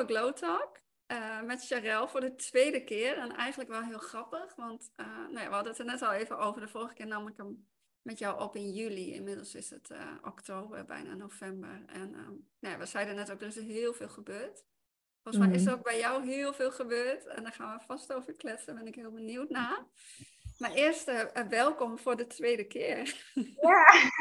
Glow Talk met Sharelle voor de tweede keer. En eigenlijk wel heel grappig, want we hadden het er net al even over. De vorige keer nam ik hem met jou op in juli. Inmiddels is het oktober, bijna november. En we zeiden net ook, er is heel veel gebeurd. Volgens mij is er ook bij jou heel veel gebeurd. En daar gaan we vast over kletsen, daar ben ik heel benieuwd naar. Maar eerst welkom voor de tweede keer. Ja,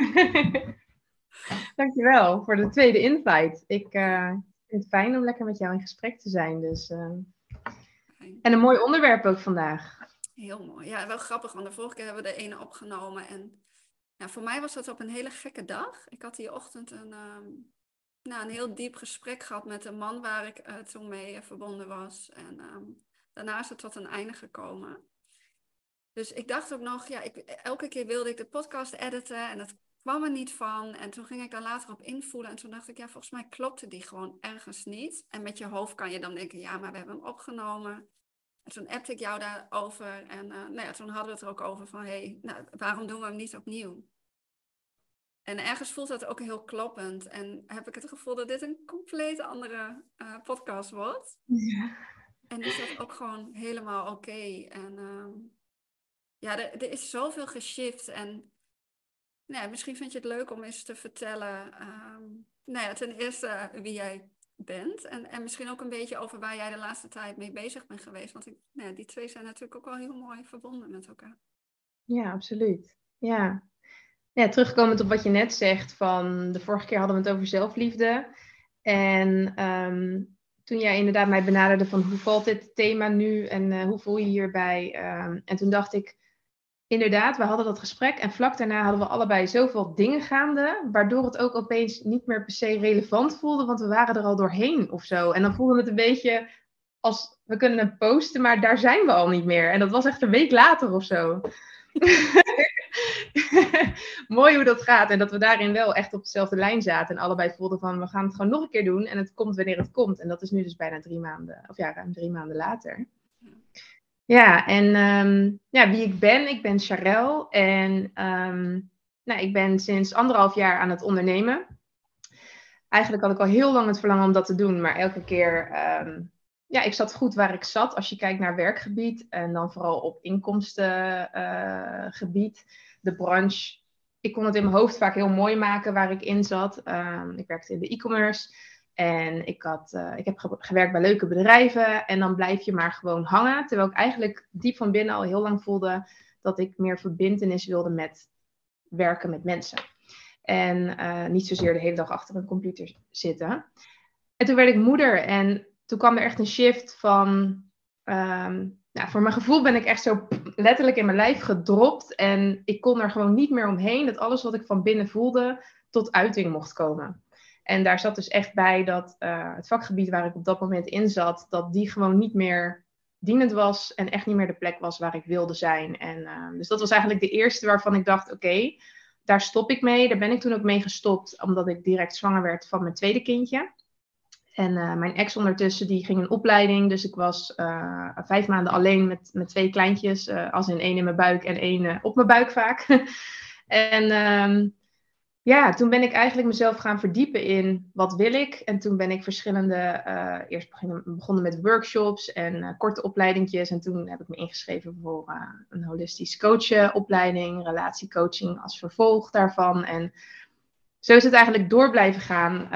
dankjewel voor de tweede invite. Ik vind het fijn om lekker met jou in gesprek te zijn. Dus, en een mooi onderwerp ook vandaag. Heel mooi. Ja, wel grappig, want de vorige keer hebben we de ene opgenomen. En voor mij was dat op een hele gekke dag. Ik had die ochtend een heel diep gesprek gehad met een man waar ik toen mee verbonden was. En daarna is het tot een einde gekomen. Dus ik dacht ook nog, elke keer wilde ik de podcast editen en dat kwam er niet van. En toen ging ik daar later op invoelen en toen dacht ik, volgens mij klopte die gewoon ergens niet. En met je hoofd kan je dan denken, maar we hebben hem opgenomen. En toen appte ik jou daarover en toen hadden we het er ook over van, waarom doen we hem niet opnieuw? En ergens voelt dat ook heel kloppend. En heb ik het gevoel dat dit een compleet andere podcast wordt. Ja. En is dat ook gewoon helemaal oké. En er is zoveel geshift. En misschien vind je het leuk om eens te vertellen. Ten eerste wie jij bent. En misschien ook een beetje over waar jij de laatste tijd mee bezig bent geweest. Want die twee zijn natuurlijk ook wel heel mooi verbonden met elkaar. Ja, absoluut. Ja, terugkomend op wat je net zegt, van de vorige keer hadden we het over zelfliefde. En toen jij inderdaad mij benaderde van hoe valt dit thema nu en hoe voel je hierbij? En toen dacht ik, inderdaad, we hadden dat gesprek en vlak daarna hadden we allebei zoveel dingen gaande, waardoor het ook opeens niet meer per se relevant voelde, want we waren er al doorheen of zo. En dan voelde het een beetje als, we kunnen het posten, maar daar zijn we al niet meer. En dat was echt een week later of zo. Mooi hoe dat gaat. En dat we daarin wel echt op dezelfde lijn zaten. En allebei voelden van, we gaan het gewoon nog een keer doen. En het komt wanneer het komt. En dat is nu dus bijna 3 maanden, of ruim 3 maanden later. Ja, en wie ik ben Sharelle. En ik ben sinds 1,5 jaar aan het ondernemen. Eigenlijk had ik al heel lang het verlangen om dat te doen. Maar elke keer, ik zat goed waar ik zat. Als je kijkt naar werkgebied. En dan vooral op inkomstengebied. De branche. Ik kon het in mijn hoofd vaak heel mooi maken waar ik in zat. Ik werkte in de e-commerce. En ik heb gewerkt bij leuke bedrijven. En dan blijf je maar gewoon hangen. Terwijl ik eigenlijk diep van binnen al heel lang voelde dat ik meer verbintenis wilde met werken met mensen. En niet zozeer de hele dag achter een computer zitten. En toen werd ik moeder. En toen kwam er echt een shift van... voor mijn gevoel ben ik echt zo letterlijk in mijn lijf gedropt. En ik kon er gewoon niet meer omheen. Dat alles wat ik van binnen voelde tot uiting mocht komen. En daar zat dus echt bij dat het vakgebied waar ik op dat moment in zat, dat die gewoon niet meer dienend was en echt niet meer de plek was waar ik wilde zijn. En dus dat was eigenlijk de eerste waarvan ik dacht, oké, daar stop ik mee. Daar ben ik toen ook mee gestopt, omdat ik direct zwanger werd van mijn tweede kindje. En mijn ex ondertussen, die ging in opleiding. Dus ik was 5 maanden alleen met 2 kleintjes. Als in 1 in mijn buik en 1 op mijn buik vaak. En toen ben ik eigenlijk mezelf gaan verdiepen in wat wil ik. En toen ben ik verschillende, eerst begonnen met workshops en korte opleidingjes. En toen heb ik me ingeschreven voor een holistisch coachopleiding, relatiecoaching als vervolg daarvan. En zo is het eigenlijk door blijven gaan.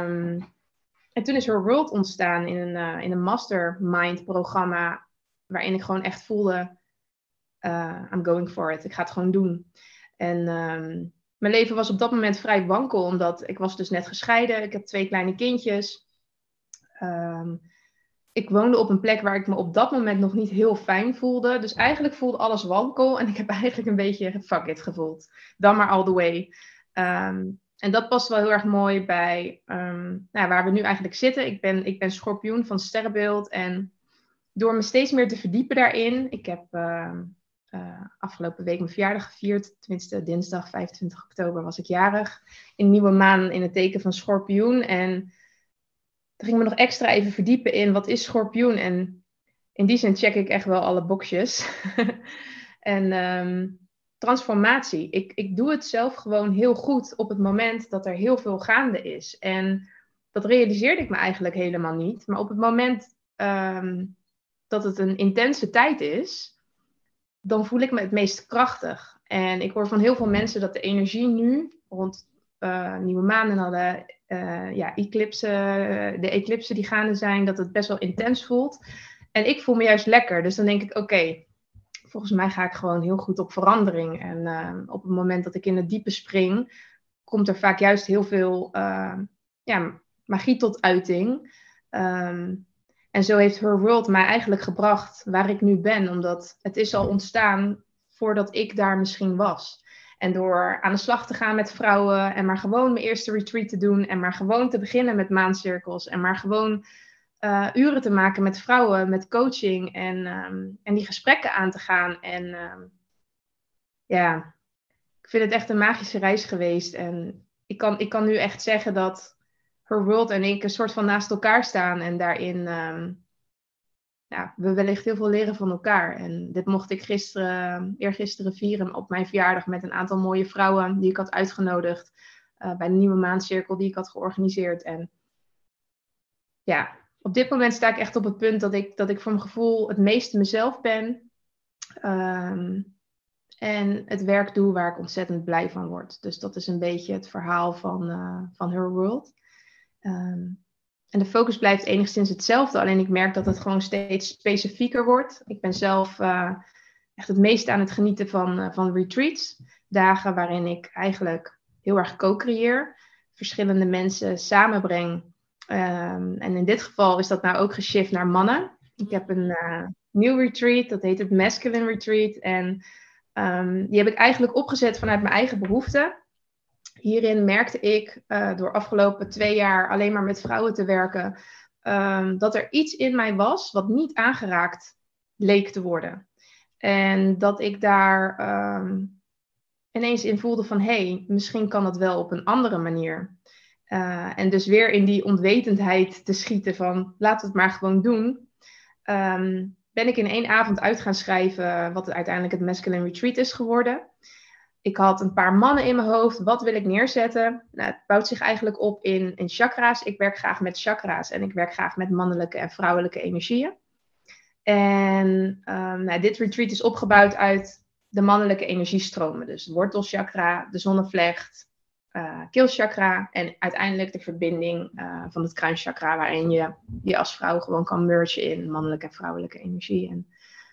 En toen is er World ontstaan in een mastermind programma, waarin ik gewoon echt voelde, I'm going for it. Ik ga het gewoon doen. En mijn leven was op dat moment vrij wankel, omdat ik was dus net gescheiden. Ik heb 2 kleine kindjes. Ik woonde op een plek waar ik me op dat moment nog niet heel fijn voelde. Dus eigenlijk voelde alles wankel. En ik heb eigenlijk een beetje fuck it gevoeld. Dan maar all the way. En dat past wel heel erg mooi bij waar we nu eigenlijk zitten. Ik ben schorpioen van sterrenbeeld. En door me steeds meer te verdiepen daarin. Ik heb afgelopen week mijn verjaardag gevierd. Tenminste, dinsdag 25 oktober was ik jarig. In nieuwe maan in het teken van schorpioen. En toen ging ik me nog extra even verdiepen in wat is schorpioen. En in die zin check ik echt wel alle boxjes. En transformatie. Ik doe het zelf gewoon heel goed op het moment dat er heel veel gaande is. En dat realiseerde ik me eigenlijk helemaal niet. Maar op het moment dat het een intense tijd is, dan voel ik me het meest krachtig. En ik hoor van heel veel mensen dat de energie nu, rond nieuwe maan en alle de eclipsen die gaande zijn, dat het best wel intens voelt. En ik voel me juist lekker. Dus dan denk ik, oké, volgens mij ga ik gewoon heel goed op verandering. En op het moment dat ik in het diepe spring, komt er vaak juist heel veel magie tot uiting. En zo heeft Her World mij eigenlijk gebracht waar ik nu ben. Omdat het is al ontstaan voordat ik daar misschien was. En door aan de slag te gaan met vrouwen en maar gewoon mijn eerste retreat te doen. En maar gewoon te beginnen met maancirkels. En maar gewoon uren te maken met vrouwen, met coaching. En die gesprekken aan te gaan. En ik vind het echt een magische reis geweest. En ik kan nu echt zeggen dat Her World en ik een soort van naast elkaar staan. En daarin we wellicht heel veel leren van elkaar. En dit mocht ik eergisteren vieren op mijn verjaardag met een aantal mooie vrouwen die ik had uitgenodigd. Bij de nieuwe maancirkel die ik had georganiseerd. En ja, op dit moment sta ik echt op het punt dat ik voor mijn gevoel het meeste mezelf ben. En het werk doe waar ik ontzettend blij van word. Dus dat is een beetje het verhaal van Her World. En de focus blijft enigszins hetzelfde. Alleen ik merk dat het gewoon steeds specifieker wordt. Ik ben zelf echt het meeste aan het genieten van retreats. Dagen waarin ik eigenlijk heel erg co-creëer. Verschillende mensen samenbreng. En in dit geval is dat nou ook geshift naar mannen. Ik heb een nieuw retreat. Dat heet het Masculine Retreat. En die heb ik eigenlijk opgezet vanuit mijn eigen behoeften. Hierin merkte ik door afgelopen 2 jaar alleen maar met vrouwen te werken, dat er iets in mij was wat niet aangeraakt leek te worden. En dat ik daar ineens in voelde van, misschien kan dat wel op een andere manier. En dus weer in die onwetendheid te schieten van, laten we het maar gewoon doen. Ben ik in 1 avond uit gaan schrijven wat uiteindelijk het Masculine Retreat is geworden. Ik had een paar mannen in mijn hoofd. Wat wil ik neerzetten? Nou, het bouwt zich eigenlijk op in chakra's. Ik werk graag met chakra's. En ik werk graag met mannelijke en vrouwelijke energieën. En dit retreat is opgebouwd uit de mannelijke energiestromen. Dus wortelchakra, de zonnevlecht, keelchakra. En uiteindelijk de verbinding van het kruinchakra. Waarin je als vrouw gewoon kan mergen in mannelijke en vrouwelijke energie. En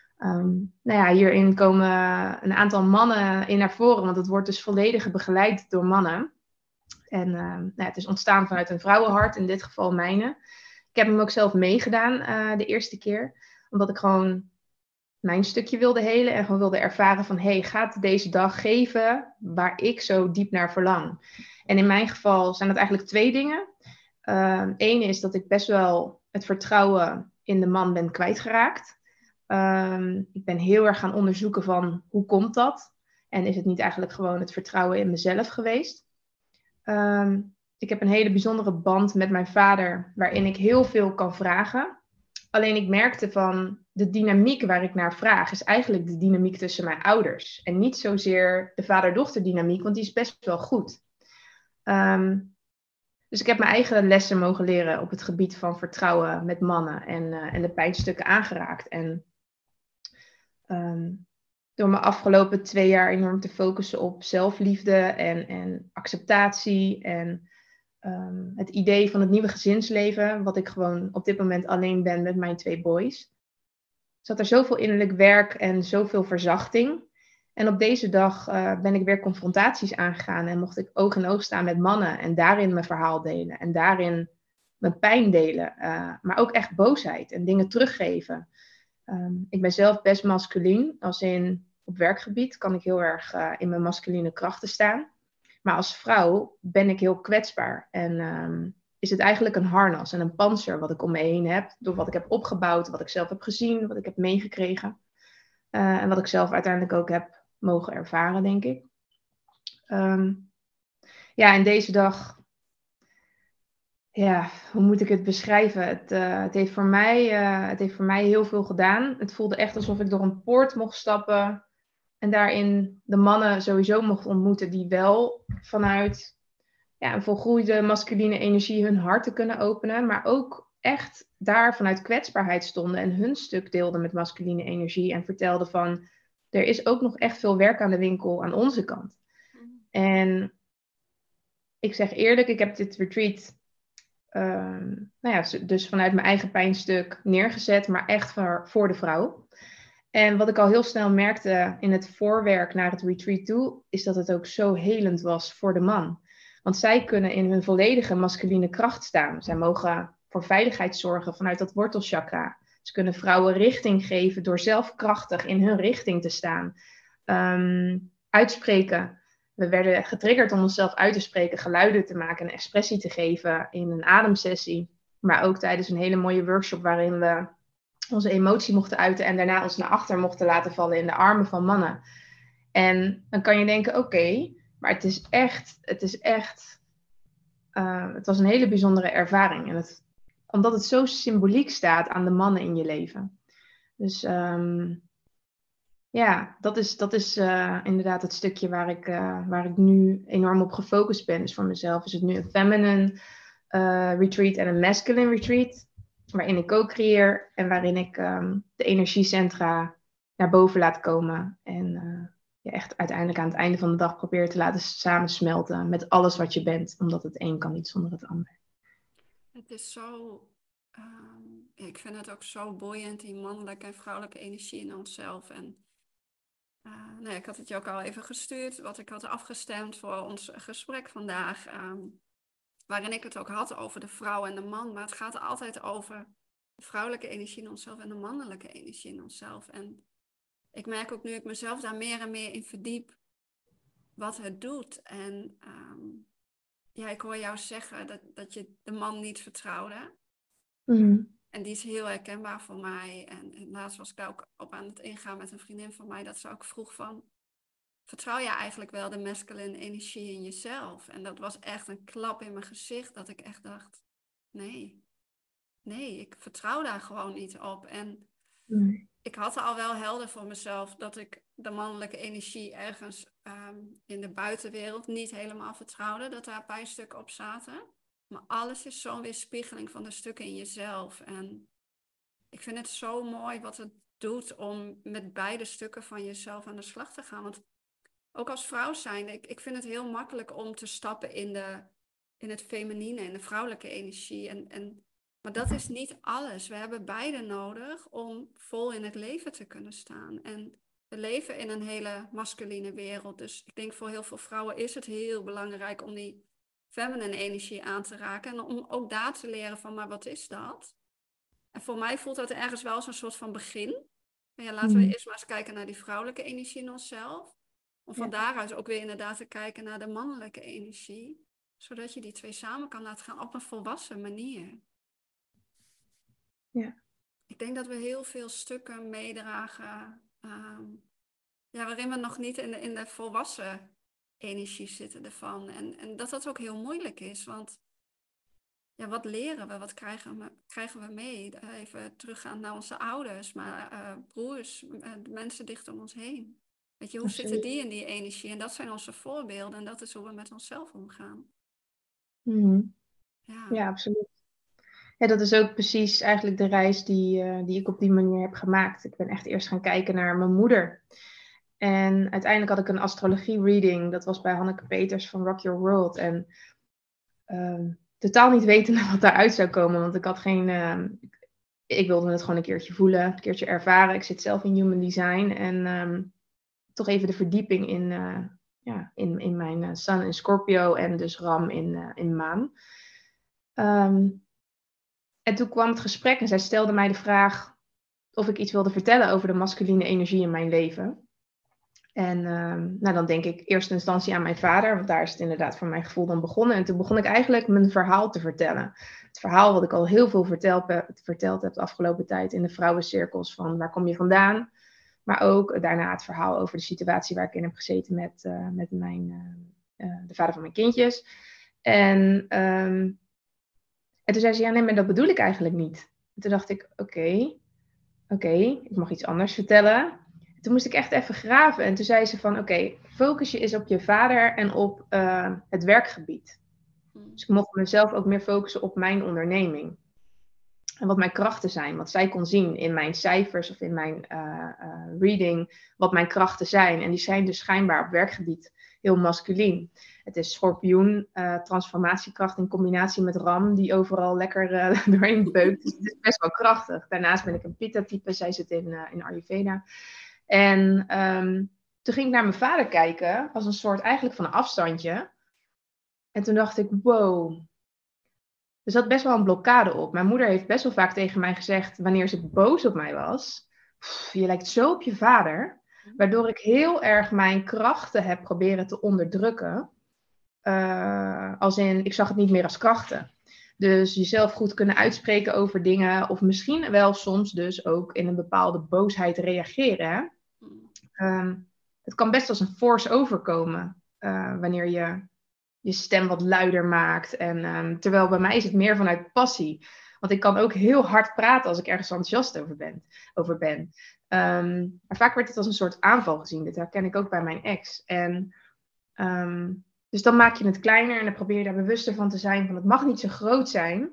hierin komen een aantal mannen in naar voren, want het wordt dus volledig begeleid door mannen. En het is ontstaan vanuit een vrouwenhart, in dit geval mijne. Ik heb hem ook zelf meegedaan de eerste keer, omdat ik gewoon mijn stukje wilde helen en gewoon wilde ervaren van, gaat deze dag geven waar ik zo diep naar verlang. En in mijn geval zijn dat eigenlijk 2 dingen. 1 is dat ik best wel het vertrouwen in de man ben kwijtgeraakt. Ik ben heel erg gaan onderzoeken van hoe komt dat? En is het niet eigenlijk gewoon het vertrouwen in mezelf geweest? Ik heb een hele bijzondere band met mijn vader, waarin ik heel veel kan vragen. Alleen ik merkte van de dynamiek waar ik naar vraag, is eigenlijk de dynamiek tussen mijn ouders. En niet zozeer de vader-dochter dynamiek, want die is best wel goed. Dus ik heb mijn eigen lessen mogen leren op het gebied van vertrouwen met mannen en de pijnstukken aangeraakt. En door me afgelopen 2 jaar enorm te focussen op zelfliefde en acceptatie en het idee van het nieuwe gezinsleven, wat ik gewoon op dit moment alleen ben met mijn 2 boys, zat er zoveel innerlijk werk en zoveel verzachting. En op deze dag ben ik weer confrontaties aangegaan en mocht ik oog in oog staan met mannen en daarin mijn verhaal delen en daarin mijn pijn delen, maar ook echt boosheid en dingen teruggeven. Ik ben zelf best masculien, als in op werkgebied kan ik heel erg in mijn masculine krachten staan. Maar als vrouw ben ik heel kwetsbaar en is het eigenlijk een harnas en een pantser wat ik om me heen heb, door wat ik heb opgebouwd, wat ik zelf heb gezien, wat ik heb meegekregen en wat ik zelf uiteindelijk ook heb mogen ervaren, denk ik. En deze dag, hoe moet ik het beschrijven? Het heeft voor mij heel veel gedaan. Het voelde echt alsof ik door een poort mocht stappen en daarin de mannen sowieso mocht ontmoeten die wel vanuit ja, een volgroeide masculine energie hun hart te kunnen openen. Maar ook echt daar vanuit kwetsbaarheid stonden en hun stuk deelden met masculine energie. En vertelden van, er is ook nog echt veel werk aan de winkel aan onze kant. En ik zeg eerlijk, ik heb dit retreat nou ja, dus vanuit mijn eigen pijnstuk neergezet, maar echt voor de vrouw. En wat ik al heel snel merkte in het voorwerk naar het retreat toe, is dat het ook zo helend was voor de man. Want zij kunnen in hun volledige masculine kracht staan. Zij mogen voor veiligheid zorgen vanuit dat wortelchakra. Ze kunnen vrouwen richting geven door zelf krachtig in hun richting te staan. Uitspreken. We werden getriggerd om onszelf uit te spreken, geluiden te maken, een expressie te geven in een ademsessie. Maar ook tijdens een hele mooie workshop waarin we onze emotie mochten uiten en daarna ons naar achter mochten laten vallen in de armen van mannen. En dan kan je denken, oké, maar het was een hele bijzondere ervaring. En omdat het zo symboliek staat aan de mannen in je leven. Dus ja, dat is inderdaad het stukje waar ik nu enorm op gefocust ben. Dus voor mezelf is het nu een feminine retreat en een masculine retreat. Waarin ik co-creëer en waarin ik de energiecentra naar boven laat komen. En echt uiteindelijk aan het einde van de dag probeer te laten samensmelten met alles wat je bent. Omdat het een kan niet zonder het ander. Het is zo, ik vind het ook zo boeiend, die mannelijke en vrouwelijke energie in onszelf. En nou ja, ik had het je ook al even gestuurd, wat ik had afgestemd voor ons gesprek vandaag. Waarin ik het ook had over de vrouw en de man. Maar het gaat altijd over de vrouwelijke energie in onszelf en de mannelijke energie in onszelf. En ik merk ook nu ik mezelf daar meer en meer in verdiep, wat het doet. En ja, ik hoor jou zeggen dat je de man niet vertrouwde. Mm. En die is heel herkenbaar voor mij. En laatst was ik daar ook op aan het ingaan met een vriendin van mij. Dat ze ook vroeg van, vertrouw je eigenlijk wel de masculine energie in jezelf? En dat was echt een klap in mijn gezicht. Dat ik echt dacht, nee, ik vertrouw daar gewoon niet op. En ik had al wel helder voor mezelf dat ik de mannelijke energie ergens in de buitenwereld niet helemaal vertrouwde. Dat daar pijnstukken op zaten. Maar alles is zo'n weerspiegeling van de stukken in jezelf. En ik vind het zo mooi wat het doet om met beide stukken van jezelf aan de slag te gaan. Want ook als vrouw zijn, ik vind het heel makkelijk om te stappen in het feminine en de vrouwelijke energie. Maar dat is niet alles. We hebben beide nodig om vol in het leven te kunnen staan. En we leven in een hele masculine wereld. Dus ik denk voor heel veel vrouwen is het heel belangrijk om die feminine energie aan te raken. En om ook daar te leren van, maar wat is dat? En voor mij voelt dat ergens wel als een soort van begin. En ja, laten we eerst maar eens kijken naar die vrouwelijke energie in onszelf. Om van daaruit ook weer inderdaad te kijken naar de mannelijke energie. Zodat je die twee samen kan laten gaan op een volwassen manier. Ja. Ik denk dat we heel veel stukken meedragen. Waarin we nog niet in de volwassen energie zitten ervan. En dat dat ook heel moeilijk is. Want ja, wat leren we? Wat krijgen we mee? Even teruggaan naar onze ouders, maar broers, mensen dicht om ons heen. Weet je, hoe zitten die in die energie? En dat zijn onze voorbeelden en dat is hoe we met onszelf omgaan. Ja, absoluut. Ja, dat is ook precies eigenlijk de reis die ik op die manier heb gemaakt. Ik ben echt eerst gaan kijken naar mijn moeder. En uiteindelijk had ik een astrologie-reading. Dat was bij Hanneke Peters van Rock Your World. En totaal niet wetende wat daaruit zou komen. Want ik had ik wilde het gewoon een keertje voelen, een keertje ervaren. Ik zit zelf in human design. En toch even de verdieping in mijn Sun in Scorpio en dus Ram in Maan. En toen kwam het gesprek en zij stelde mij de vraag of ik iets wilde vertellen over de masculine energie in mijn leven. En nou, dan denk ik in eerste instantie aan mijn vader, want daar is het inderdaad voor mijn gevoel dan begonnen. En toen begon ik eigenlijk mijn verhaal te vertellen. Het verhaal wat ik al heel veel verteld heb de afgelopen tijd in de vrouwencirkels, van waar kom je vandaan. Maar ook daarna het verhaal over de situatie waar ik in heb gezeten met de vader van mijn kindjes. En toen zei ze, ja nee, maar dat bedoel ik eigenlijk niet. En toen dacht ik, oké, ik mag iets anders vertellen. Toen moest ik echt even graven. En toen zei ze van, oké, focus je eens op je vader en op het werkgebied. Mm. Dus ik mocht mezelf ook meer focussen op mijn onderneming. En wat mijn krachten zijn. Wat zij kon zien in mijn cijfers of in mijn reading. Wat mijn krachten zijn. En die zijn dus schijnbaar op werkgebied heel masculien. Het is schorpioen, transformatiekracht in combinatie met ram. Die overal lekker doorheen beukt. Dus het is best wel krachtig. Daarnaast ben ik een pitta-type. Zij zit in Ayurveda. En toen ging ik naar mijn vader kijken. Als een soort eigenlijk van een afstandje. En toen dacht ik, wow. Er zat best wel een blokkade op. Mijn moeder heeft best wel vaak tegen mij gezegd, wanneer ze boos op mij was, je lijkt zo op je vader, waardoor ik heel erg mijn krachten heb proberen te onderdrukken. Als in, ik zag het niet meer als krachten. Dus jezelf goed kunnen uitspreken over dingen, of misschien wel soms dus ook in een bepaalde boosheid reageren. Het kan best als een force overkomen, wanneer je stem wat luider maakt. En terwijl bij mij is het meer vanuit passie. Want ik kan ook heel hard praten als ik ergens enthousiast over ben. Maar vaak werd het als een soort aanval gezien. Dit herken ik ook bij mijn ex. En dus dan maak je het kleiner en dan probeer je daar bewuster van te zijn. Van het mag niet zo groot zijn.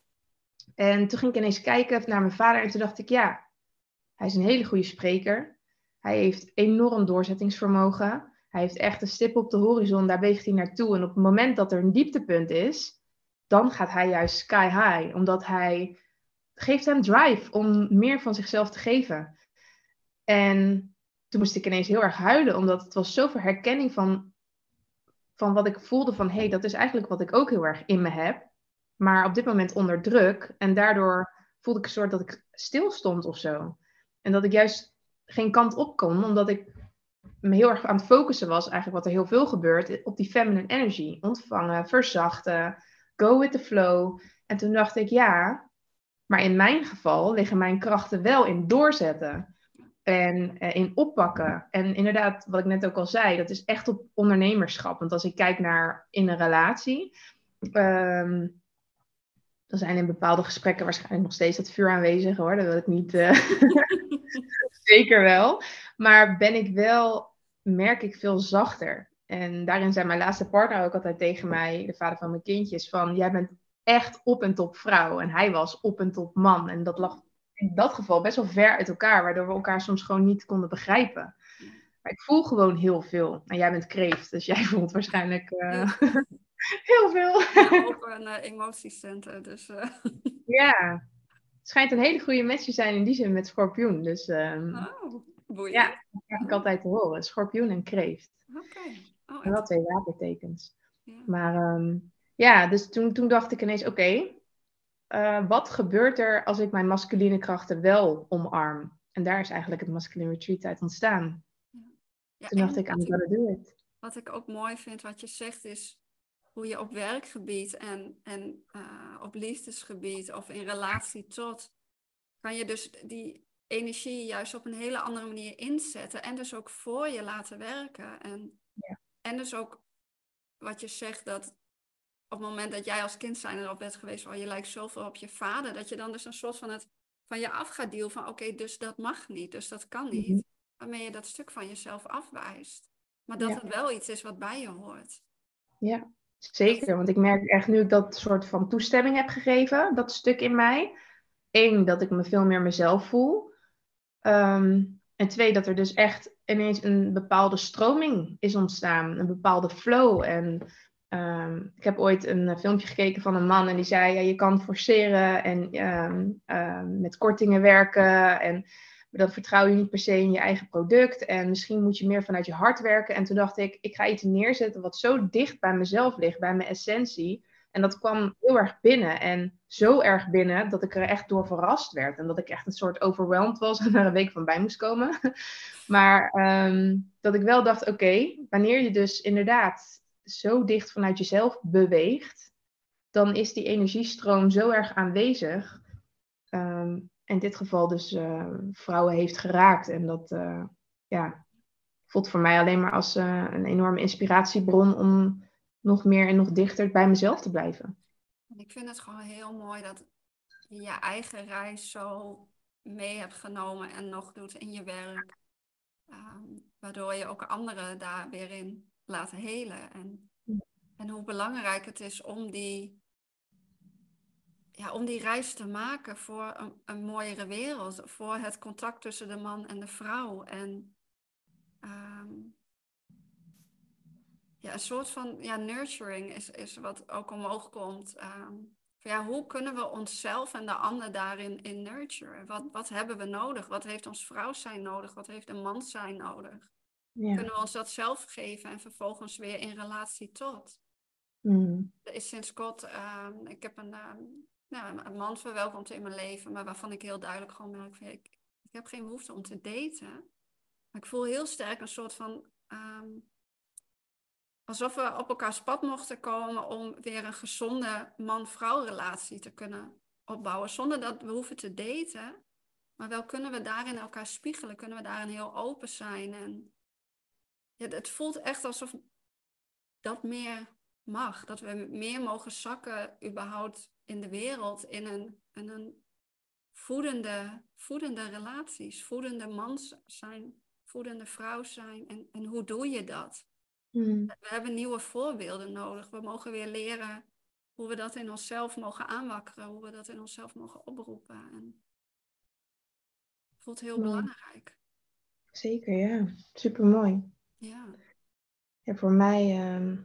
En toen ging ik ineens kijken naar mijn vader. En toen dacht ik, ja, hij is een hele goede spreker. Hij heeft enorm doorzettingsvermogen. Hij heeft echt een stip op de horizon, daar weegt hij naartoe. En op het moment dat er een dieptepunt is, dan gaat hij juist sky high. Omdat hij geeft hem drive om meer van zichzelf te geven. En toen moest ik ineens heel erg huilen, omdat het was zoveel herkenning van wat ik voelde van, hé, dat is eigenlijk wat ik ook heel erg in me heb. Maar op dit moment onder druk. En daardoor voelde ik een soort dat ik stil stond of zo. En dat ik juist geen kant op kon, omdat ik me heel erg aan het focussen was, eigenlijk wat er heel veel gebeurt, op die feminine energy. Ontvangen, verzachten, go with the flow. En toen dacht ik, ja, maar in mijn geval liggen mijn krachten wel in doorzetten. En in oppakken. En inderdaad, wat ik net ook al zei, dat is echt op ondernemerschap. Want als ik kijk naar in een relatie, dan zijn in bepaalde gesprekken waarschijnlijk nog steeds dat vuur aanwezig hoor. Dat wil ik niet. Zeker wel. Maar ben ik wel, merk ik veel zachter. En daarin zei mijn laatste partner ook altijd tegen mij, de vader van mijn kindjes, van jij bent echt op en top vrouw. En hij was op en top man. En dat lag in dat geval best wel ver uit elkaar, waardoor we elkaar soms gewoon niet konden begrijpen. Maar ik voel gewoon heel veel. En jij bent kreeft, dus jij voelt waarschijnlijk heel veel. Ook een emotiecenter, dus... Ja, het schijnt een hele goede match te zijn in die zin met schorpioen. Dus Oh, boeiend. ja, dat krijg ik altijd te horen. Schorpioen en kreeft. Oké. Oh, En wel 2 watertekens. ja. Maar ja, dus toen dacht ik ineens, oké, wat gebeurt er als ik mijn masculine krachten wel omarm? En daar is eigenlijk het Masculine Retreat uit ontstaan. Ja, Toen dacht en ik, I'm gonna do it. wat ik ook mooi vind, wat je zegt, is hoe je op werkgebied en op liefdesgebied of in relatie tot, kan je dus die energie juist op een hele andere manier inzetten en dus ook voor je laten werken. Ja. En dus ook wat je zegt, dat op het moment dat jij als kind zijn erop bent geweest, oh je lijkt zoveel op je vader, dat je dan dus een soort van je af gaat dealen van oké, dus dat mag niet, dus dat kan Mhm. niet. Waarmee je dat stuk van jezelf afwijst. Maar dat Ja. het wel iets is wat bij je hoort. Ja, zeker. Want ik merk echt nu ik dat soort van toestemming heb gegeven, dat stuk in mij. 1, dat ik me veel meer mezelf voel. En 2, dat er dus echt ineens een bepaalde stroming is ontstaan. Een bepaalde flow. En ik heb ooit een filmpje gekeken van een man en die zei, ja, je kan forceren en met kortingen werken. En dan vertrouw je niet per se in je eigen product. En misschien moet je meer vanuit je hart werken. En toen dacht ik ga iets neerzetten wat zo dicht bij mezelf ligt, bij mijn essentie. En dat kwam heel erg binnen. En zo erg binnen dat ik er echt door verrast werd. En dat ik echt een soort overwhelmed was en er een week van bij moest komen. Maar dat ik wel dacht, oké, wanneer je dus inderdaad zo dicht vanuit jezelf beweegt, dan is die energiestroom zo erg aanwezig. In dit geval dus vrouwen heeft geraakt. En dat ja, voelt voor mij alleen maar als een enorme inspiratiebron om nog meer en nog dichter bij mezelf te blijven. En ik vind het gewoon heel mooi dat je je eigen reis zo mee hebt genomen en nog doet in je werk. Waardoor je ook anderen daar weer in laat helen. En En hoe belangrijk het is om die reis te maken voor een mooiere wereld. Voor het contact tussen de man en de vrouw. En een soort van nurturing is wat ook omhoog komt. Hoe kunnen we onszelf en de ander daarin nurturen? Wat hebben we nodig? Wat heeft ons vrouw zijn nodig? Wat heeft een man zijn nodig? Ja. Kunnen we ons dat zelf geven en vervolgens weer in relatie tot? Er is sinds kort, ik heb een man verwelkomd in mijn leven, maar waarvan ik heel duidelijk gewoon merk, ik heb geen behoefte om te daten. Maar ik voel heel sterk een soort van, alsof we op elkaars pad mochten komen om weer een gezonde man-vrouw relatie te kunnen opbouwen. Zonder dat we hoeven te daten, maar wel kunnen we daarin elkaar spiegelen, kunnen we daarin heel open zijn. En het voelt echt alsof dat meer mag. Dat we meer mogen zakken überhaupt in de wereld. In een voedende relaties. Voedende man zijn. Voedende vrouw zijn. En hoe doe je dat? We hebben nieuwe voorbeelden nodig. We mogen weer leren hoe we dat in onszelf mogen aanwakkeren. Hoe we dat in onszelf mogen oproepen. En het voelt heel belangrijk. Zeker, ja. Supermooi. Ja. Ja, voor mij,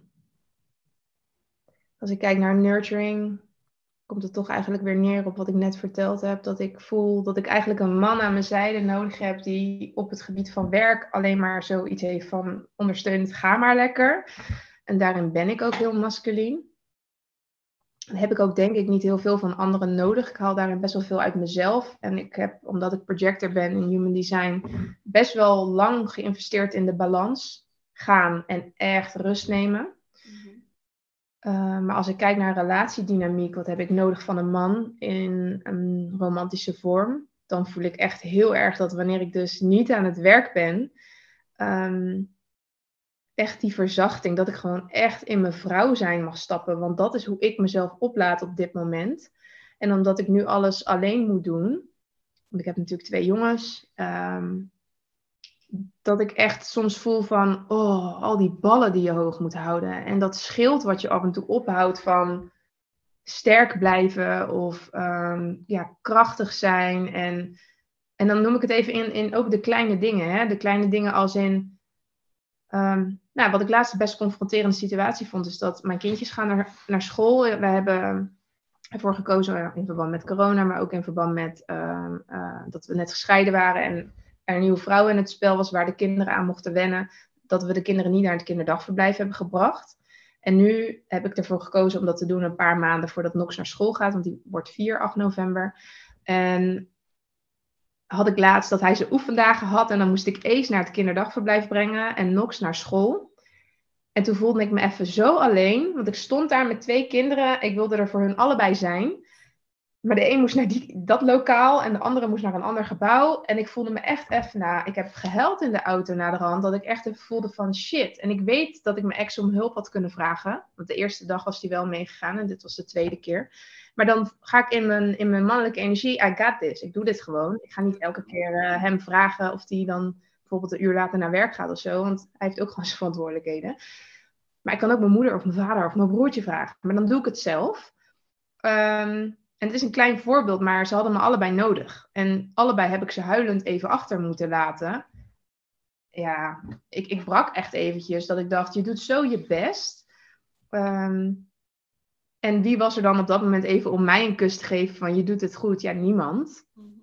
als ik kijk naar nurturing, komt het toch eigenlijk weer neer op wat ik net verteld heb. Dat ik voel dat ik eigenlijk een man aan mijn zijde nodig heb die op het gebied van werk alleen maar zoiets heeft van ondersteunend, ga maar lekker. En daarin ben ik ook heel masculien. Dan heb ik ook denk ik niet heel veel van anderen nodig. Ik haal daarin best wel veel uit mezelf. En ik heb, omdat ik projector ben in Human Design, best wel lang geïnvesteerd in de balans gaan en echt rust nemen. Maar als ik kijk naar relatiedynamiek, wat heb ik nodig van een man in een romantische vorm, dan voel ik echt heel erg dat wanneer ik dus niet aan het werk ben, echt die verzachting, dat ik gewoon echt in mijn vrouw zijn mag stappen. Want dat is hoe ik mezelf oplaad op dit moment. En omdat ik nu alles alleen moet doen, want ik heb natuurlijk 2 jongens, dat ik echt soms voel van, oh, al die ballen die je hoog moet houden. En dat schild wat je af en toe ophoudt van sterk blijven of krachtig zijn. En dan noem ik het even in ook de kleine dingen. Hè? De kleine dingen als in, wat ik laatst best confronterende situatie vond, is dat mijn kindjes gaan naar school. We hebben ervoor gekozen in verband met corona, maar ook in verband met dat we net gescheiden waren en er een nieuwe vrouw in het spel was waar de kinderen aan mochten wennen, dat we de kinderen niet naar het kinderdagverblijf hebben gebracht. En nu heb ik ervoor gekozen om dat te doen een paar maanden voordat Nox naar school gaat, want die wordt 8 november. En had ik laatst dat hij zijn oefendagen had en dan moest ik Ace naar het kinderdagverblijf brengen en Nox naar school. En toen voelde ik me even zo alleen, want ik stond daar met 2 kinderen. Ik wilde er voor hun allebei zijn. Maar de een moest naar dat lokaal en de andere moest naar een ander gebouw. En ik voelde me echt even, ik heb gehuild in de auto naderhand, dat ik echt even voelde van shit. En ik weet dat ik mijn ex om hulp had kunnen vragen. Want de eerste dag was hij wel meegegaan en dit was de tweede keer. Maar dan ga ik in mijn mannelijke energie, I got this. Ik doe dit gewoon. Ik ga niet elke keer hem vragen of hij dan bijvoorbeeld een uur later naar werk gaat of zo. Want hij heeft ook gewoon zijn verantwoordelijkheden. Maar ik kan ook mijn moeder of mijn vader of mijn broertje vragen. Maar dan doe ik het zelf. En het is een klein voorbeeld, maar ze hadden me allebei nodig. En allebei heb ik ze huilend even achter moeten laten. Ja, ik brak echt eventjes dat ik dacht, je doet zo je best. En wie was er dan op dat moment even om mij een kus te geven van je doet het goed? Ja, niemand.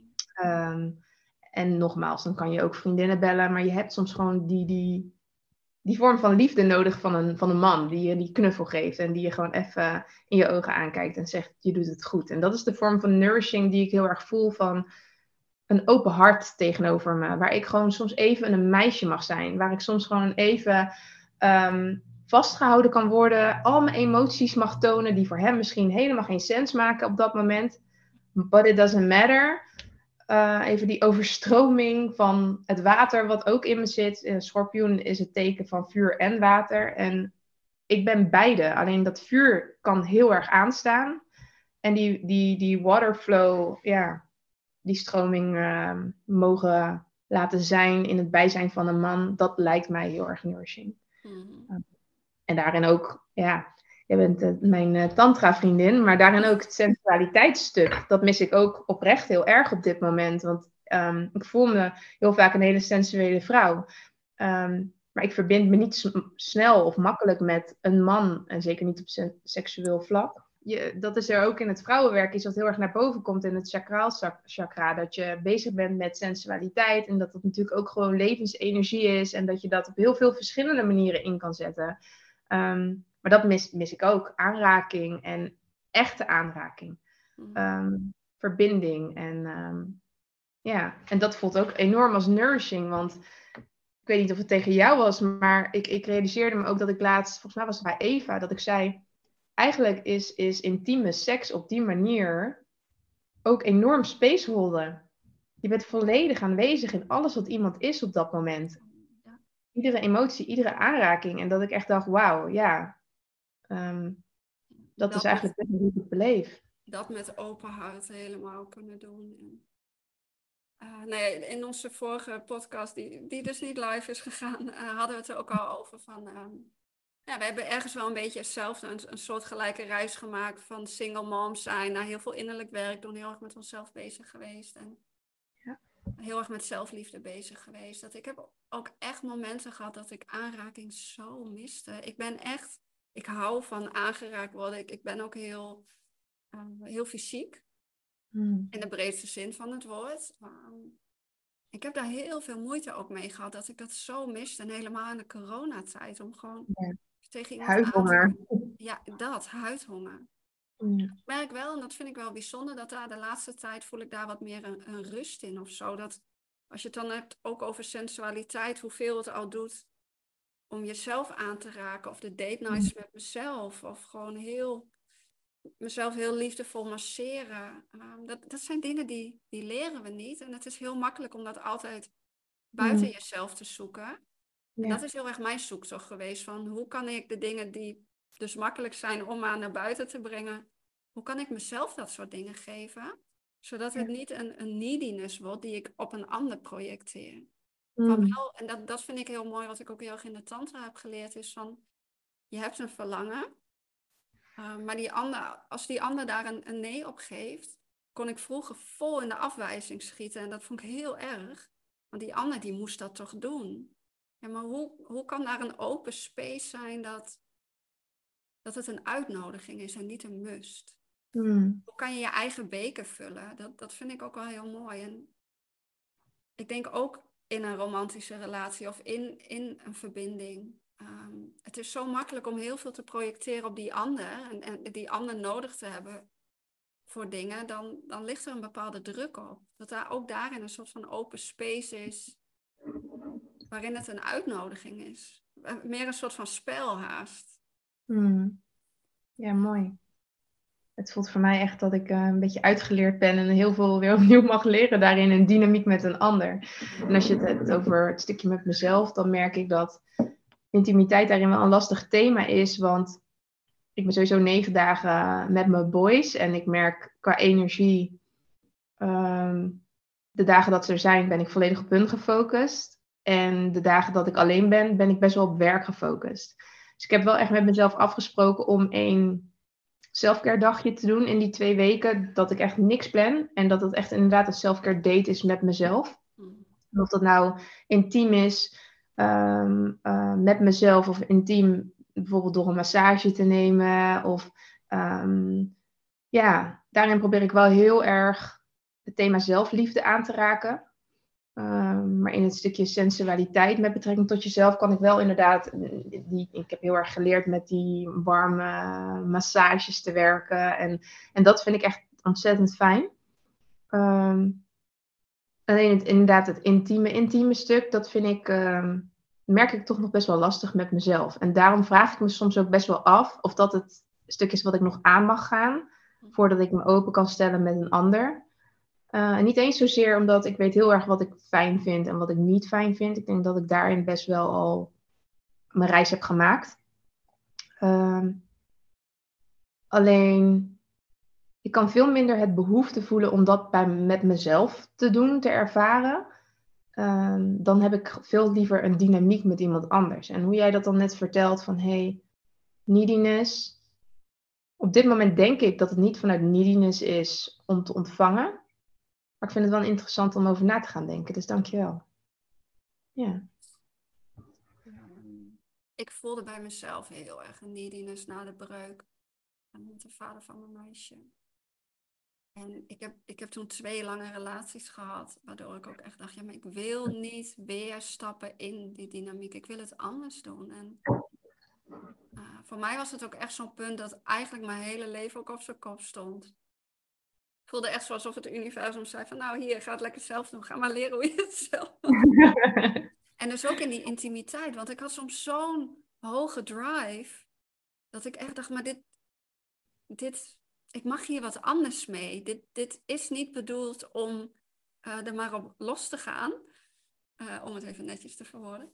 En nogmaals, dan kan je ook vriendinnen bellen, maar je hebt soms gewoon die vorm van liefde nodig van een man die je die knuffel geeft en die je gewoon even in je ogen aankijkt en zegt, je doet het goed. En dat is de vorm van nourishing die ik heel erg voel van een open hart tegenover me, waar ik gewoon soms even een meisje mag zijn, waar ik soms gewoon even vastgehouden kan worden, al mijn emoties mag tonen die voor hem misschien helemaal geen sens maken op dat moment, but it doesn't matter. Even die overstroming van het water wat ook in me zit. Schorpioen is het teken van vuur en water. En ik ben beide. Alleen dat vuur kan heel erg aanstaan. En die waterflow, die stroming mogen laten zijn in het bijzijn van een man. Dat lijkt mij heel erg nourishing. En daarin ook, jij bent mijn tantra-vriendin, maar daarin ook het sensualiteitsstuk. Dat mis ik ook oprecht heel erg op dit moment. Want ik voel me heel vaak een hele sensuele vrouw. Maar ik verbind me niet snel of makkelijk met een man. En zeker niet op seksueel vlak. Dat is er ook in het vrouwenwerk, is wat heel erg naar boven komt in het chakraal chakra. Dat je bezig bent met sensualiteit. En dat dat natuurlijk ook gewoon levensenergie is. En dat je dat op heel veel verschillende manieren in kan zetten. Maar dat mis ik ook. Aanraking en echte aanraking. Verbinding. En dat voelt ook enorm als nourishing. Want ik weet niet of het tegen jou was, maar ik realiseerde me ook dat ik laatst, volgens mij was het bij Eva, dat ik zei, eigenlijk is intieme seks op die manier ook enorm spaceholden. Je bent volledig aanwezig in alles wat iemand is op dat moment. Iedere emotie, iedere aanraking. En dat ik echt dacht, wauw, ja. Dat is eigenlijk hoe ik het beleef. Dat met open hart helemaal kunnen doen. Nee, in onze vorige podcast, die dus niet live is gegaan, hadden we het er ook al over van... we hebben ergens wel een beetje hetzelfde, een soort gelijke reis gemaakt van single mom zijn naar heel veel innerlijk werk doen, heel erg met onszelf bezig geweest en heel erg met zelfliefde bezig geweest. Dat ik heb ook echt momenten gehad dat ik aanraking zo miste. Ik hou van aangeraakt worden. Ik ben ook heel fysiek. In de breedste zin van het woord. Ik heb daar heel veel moeite ook mee gehad. Dat ik dat zo miste. En helemaal in de coronatijd. Om gewoon tegen iemand huidhonger. aan te komen. Ja, huidhonger. Ik merk wel, en dat vind ik wel bijzonder, dat daar de laatste tijd voel ik daar wat meer een rust in of zo. Dat als je het dan hebt ook over sensualiteit, hoeveel het al doet om jezelf aan te raken. Of de date nights met mezelf. Of gewoon mezelf heel liefdevol masseren. Dat zijn dingen die leren we niet. En het is heel makkelijk om dat altijd buiten jezelf te zoeken. En dat is heel erg mijn zoektocht geweest. Van hoe kan ik de dingen die dus makkelijk zijn om naar buiten te brengen. Hoe kan ik mezelf dat soort dingen geven? Zodat het niet een neediness wordt die ik op een ander projecteer. En dat vind ik heel mooi. Wat ik ook heel erg in de tantra heb geleerd. Is van je hebt een verlangen. Maar als die ander daar een nee op geeft, kon ik vroeger vol in de afwijzing schieten. En dat vond ik heel erg. Want die ander die moest dat toch doen. Ja, maar hoe kan daar een open space zijn dat het een uitnodiging is en niet een must? Hoe kan je je eigen beker vullen? Dat vind ik ook wel heel mooi. En ik denk ook in een romantische relatie of in een verbinding. Het is zo makkelijk om heel veel te projecteren op die ander en die ander nodig te hebben voor dingen, dan ligt er een bepaalde druk op. Dat daar ook daarin een soort van open space is, waarin het een uitnodiging is. Meer een soort van spel haast. Ja, mooi. Het voelt voor mij echt dat ik een beetje uitgeleerd ben en heel veel weer opnieuw mag leren daarin een dynamiek met een ander. En als je het hebt over het stukje met mezelf, dan merk ik dat intimiteit daarin wel een lastig thema is, want ik ben sowieso 9 dagen met mijn boys en ik merk qua energie, de dagen dat ze er zijn, ben ik volledig op hun gefocust. En de dagen dat ik alleen ben, ben ik best wel op werk gefocust. Dus ik heb wel echt met mezelf afgesproken om 1 selfcare dagje te doen in die 2 weken. Dat ik echt niks plan. En dat het echt inderdaad een selfcare date is met mezelf. En of dat nou intiem is met mezelf of intiem bijvoorbeeld door een massage te nemen. Of daarin probeer ik wel heel erg het thema zelfliefde aan te raken. Maar in het stukje sensualiteit met betrekking tot jezelf kan ik wel inderdaad, ik heb heel erg geleerd met die warme massages te werken. En dat vind ik echt ontzettend fijn. Alleen het intieme stuk, dat vind ik, merk ik toch nog best wel lastig met mezelf. En daarom vraag ik me soms ook best wel af of dat het stuk is wat ik nog aan mag gaan, voordat ik me open kan stellen met een ander. En niet eens zozeer omdat ik weet heel erg wat ik fijn vind en wat ik niet fijn vind. Ik denk dat ik daarin best wel al mijn reis heb gemaakt. Alleen, ik kan veel minder het behoefte voelen om dat met mezelf te doen, te ervaren. Dan heb ik veel liever een dynamiek met iemand anders. En hoe jij dat dan net vertelt van, neediness, Op dit moment denk ik dat het niet vanuit neediness is om te ontvangen. Maar ik vind het wel interessant om over na te gaan denken. Dus dankjewel. Ja. Ik voelde bij mezelf heel erg een neediness na de breuk met de vader van mijn meisje. En ik heb toen 2 lange relaties gehad, waardoor ik ook echt dacht, ja, maar ik wil niet weer stappen in die dynamiek. Ik wil het anders doen. En voor mij was het ook echt zo'n punt dat eigenlijk mijn hele leven ook op zijn kop stond. Ik voelde echt alsof het universum zei van, nou hier, ga het lekker zelf doen. Ga maar leren hoe je het zelf doet. En dus ook in die intimiteit, want ik had soms zo'n hoge drive, dat ik echt dacht, maar ik mag hier wat anders mee. Dit is niet bedoeld om er maar op los te gaan. Om het even netjes te verwoorden.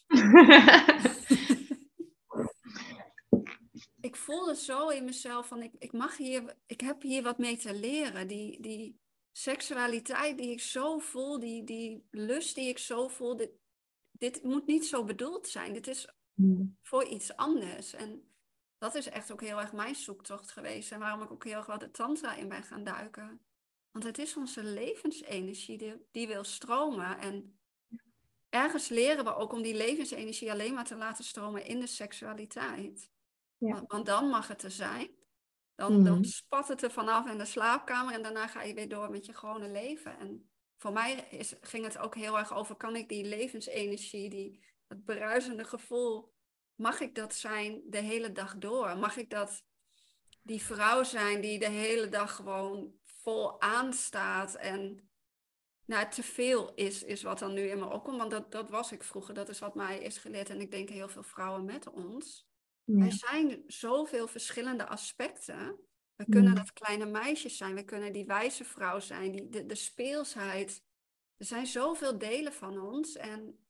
Ik voelde zo in mezelf van ik heb hier wat mee te leren. Die seksualiteit die ik zo voel, die lust die ik zo voel, dit moet niet zo bedoeld zijn. Dit is voor iets anders. En dat is echt ook heel erg mijn zoektocht geweest. En waarom ik ook heel erg wel de tantra in ben gaan duiken. Want het is onze levensenergie die wil stromen. En ergens leren we ook om die levensenergie alleen maar te laten stromen in de seksualiteit. Ja. Want dan mag het er zijn. Dan spat het er vanaf in de slaapkamer en daarna ga je weer door met je gewone leven. En voor mij ging het ook heel erg over, kan ik die levensenergie, dat bruisende gevoel, mag ik dat zijn de hele dag door? Mag ik die vrouw zijn die de hele dag gewoon vol aanstaat en nou, te veel is wat dan nu in me opkomt. Want dat was ik vroeger, dat is wat mij is geleerd en ik denk heel veel vrouwen met ons. Wij zijn zoveel verschillende aspecten. We kunnen dat kleine meisje zijn. We kunnen die wijze vrouw zijn. De speelsheid. Er zijn zoveel delen van ons. En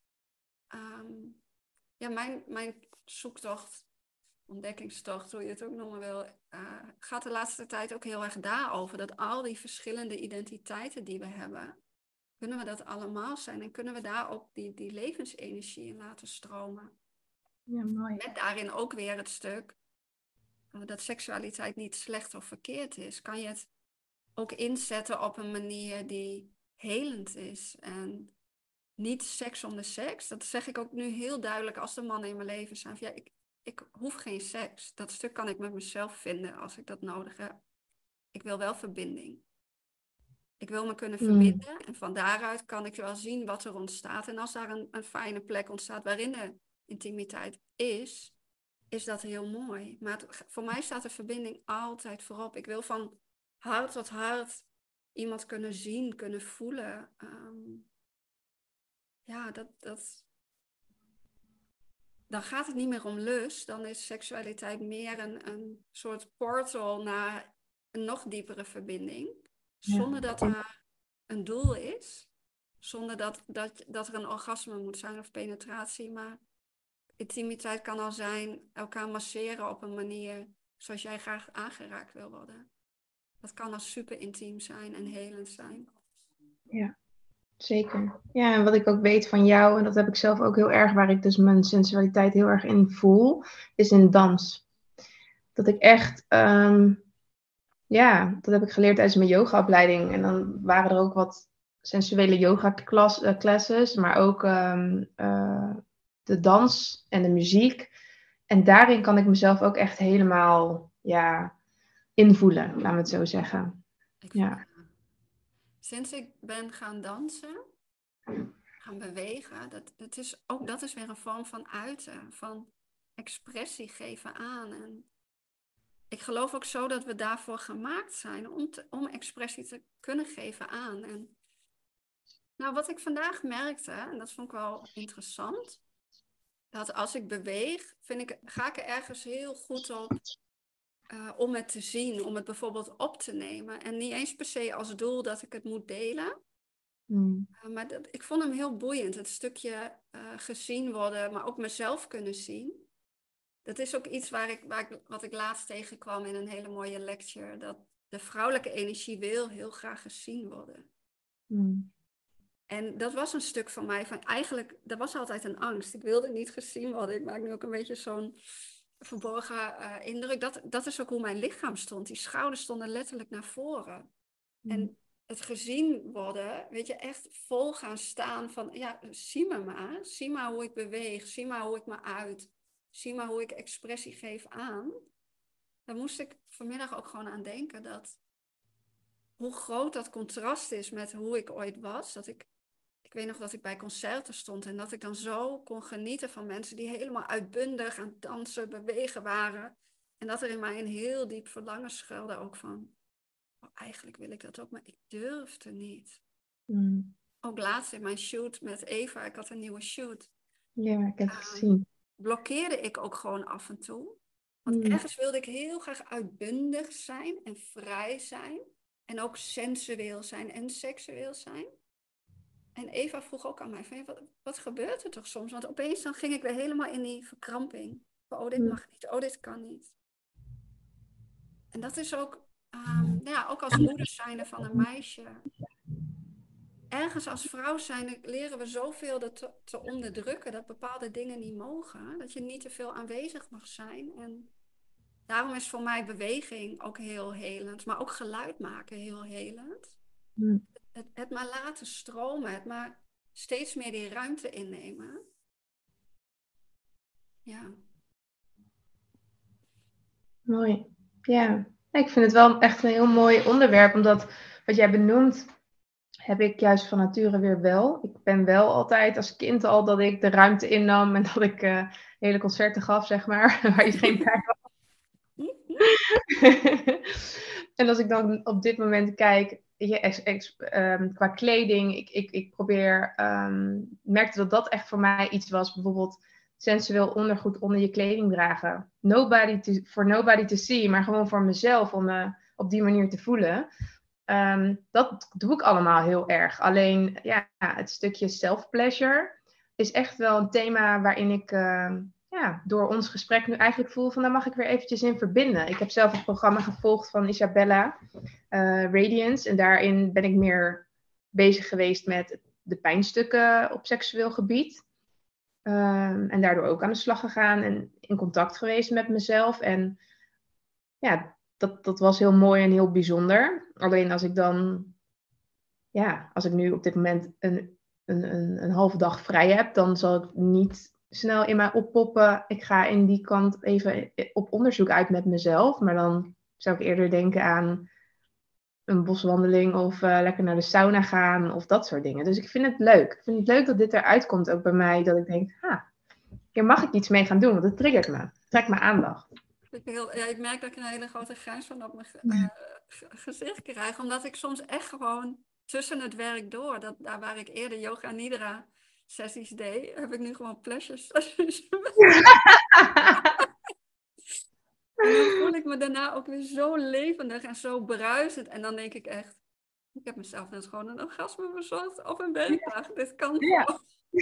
ja, mijn zoektocht, ontdekkingstocht, hoe je het ook noemen wil, gaat de laatste tijd ook heel erg daarover. Dat al die verschillende identiteiten die we hebben, kunnen we dat allemaal zijn. En kunnen we daar ook die levensenergie in laten stromen. Ja, mooi. Met daarin ook weer het stuk dat seksualiteit niet slecht of verkeerd is. Kan je het ook inzetten op een manier die helend is. En niet seks om de seks. Dat zeg ik ook nu heel duidelijk als de mannen in mijn leven zijn. Van, ja, ik hoef geen seks. Dat stuk kan ik met mezelf vinden als ik dat nodig heb. Ik wil wel verbinding. Ik wil me kunnen verbinden. En van daaruit kan ik wel zien wat er ontstaat. En als daar een fijne plek ontstaat waarin de intimiteit is dat heel mooi. Maar voor mij staat de verbinding altijd voorop. Ik wil van hart tot hart iemand kunnen zien, kunnen voelen. Ja, dan gaat het niet meer om lust. Dan is seksualiteit meer een soort portal naar een nog diepere verbinding. Zonder dat er een doel is. Zonder dat er een orgasme moet zijn of penetratie. Maar intimiteit kan al zijn elkaar masseren op een manier zoals jij graag aangeraakt wil worden. Dat kan al super intiem zijn en helend zijn. Ja, zeker. Ja, en wat ik ook weet van jou, en dat heb ik zelf ook heel erg, waar ik dus mijn sensualiteit heel erg in voel, is in dans. Dat ik echt, dat heb ik geleerd tijdens mijn yogaopleiding. En dan waren er ook wat sensuele yoga classes, maar ook de dans en de muziek. En daarin kan ik mezelf ook echt helemaal, invoelen, laten we het zo zeggen. Sinds ik ben gaan dansen, gaan bewegen, dat is weer een vorm van uiten, van expressie geven aan. En ik geloof ook zo dat we daarvoor gemaakt zijn, om expressie te kunnen geven aan. En nou, wat ik vandaag merkte, en dat vond ik wel interessant, dat als ik beweeg, ga ik er ergens heel goed op om het te zien, om het bijvoorbeeld op te nemen. En niet eens per se als doel dat ik het moet delen. Maar ik vond hem heel boeiend. Het stukje gezien worden, maar ook mezelf kunnen zien. Dat is ook iets wat ik laatst tegenkwam in een hele mooie lecture. Dat de vrouwelijke energie wil heel graag gezien worden. En dat was een stuk van mij. Eigenlijk, er was altijd een angst. Ik wilde niet gezien worden. Ik maak nu ook een beetje zo'n verborgen indruk. Dat is ook hoe mijn lichaam stond. Die schouders stonden letterlijk naar voren. En het gezien worden, weet je, echt vol gaan staan van, ja, zie me maar. Zie maar hoe ik beweeg. Zie maar hoe ik me uit. Zie maar hoe ik expressie geef aan. Daar moest ik vanmiddag ook gewoon aan denken dat hoe groot dat contrast is met hoe ik ooit was. Dat ik weet nog dat ik bij concerten stond en dat ik dan zo kon genieten van mensen die helemaal uitbundig aan het dansen, bewegen waren. En dat er in mij een heel diep verlangen schuilde ook van, oh, eigenlijk wil ik dat ook, maar ik durfde niet. Ook laatst in mijn shoot met Eva, ik had een nieuwe shoot. Ja, ik heb het gezien. Blokkeerde ik ook gewoon af en toe. Want ergens wilde ik heel graag uitbundig zijn en vrij zijn. En ook sensueel zijn en seksueel zijn. En Eva vroeg ook aan mij, van, wat gebeurt er toch soms? Want opeens dan ging ik weer helemaal in die verkramping. Van, oh, dit mag niet. Oh, dit kan niet. En dat is ook, ook als moeder zijnde van een meisje. Ergens als vrouw zijnde leren we zoveel te onderdrukken. Dat bepaalde dingen niet mogen. Dat je niet te veel aanwezig mag zijn. En daarom is voor mij beweging ook heel helend. Maar ook geluid maken heel helend. Het maar laten stromen. Het maar steeds meer die ruimte innemen. Ja. Mooi. Ja. Ik vind het wel echt een heel mooi onderwerp. Omdat wat jij benoemt, heb ik juist van nature weer wel. Ik ben wel altijd als kind al dat ik de ruimte innam. En dat ik hele concerten gaf, zeg maar. Waar iedereen bij was. En als ik dan op dit moment kijk, qua kleding, ik probeer, merkte dat dat echt voor mij iets was, bijvoorbeeld sensueel ondergoed onder je kleding dragen. For nobody to see, maar gewoon voor mezelf, om me op die manier te voelen. Dat doe ik allemaal heel erg. Alleen, ja, het stukje self-pleasure is echt wel een thema waarin ik door ons gesprek nu eigenlijk voel van, daar mag ik weer eventjes in verbinden. Ik heb zelf het programma gevolgd van Isabella Radiance. En daarin ben ik meer bezig geweest met de pijnstukken op seksueel gebied. En daardoor ook aan de slag gegaan en in contact geweest met mezelf. En ja, dat was heel mooi en heel bijzonder. Alleen als ik dan, als ik nu op dit moment een halve dag vrij heb, dan zal ik niet snel in mij oppoppen. Ik ga in die kant even op onderzoek uit met mezelf. Maar dan zou ik eerder denken aan een boswandeling of lekker naar de sauna gaan of dat soort dingen. Dus ik vind het leuk. Ik vind het leuk dat dit eruit komt ook bij mij. Dat ik denk, hier mag ik iets mee gaan doen, want het triggert me. Het trekt mijn aandacht. Ik merk dat ik een hele grote grijns van op mijn gezicht krijg. Omdat ik soms echt gewoon tussen het werk door, daar waar ik eerder yoga nidra sessies deed, heb ik nu gewoon pleasure sessies. En dan voel ik me daarna ook weer zo levendig en zo bruisend. En dan denk ik echt, ik heb mezelf net gewoon een orgasme bezorgd op een werkdag. Dit kan gewoon.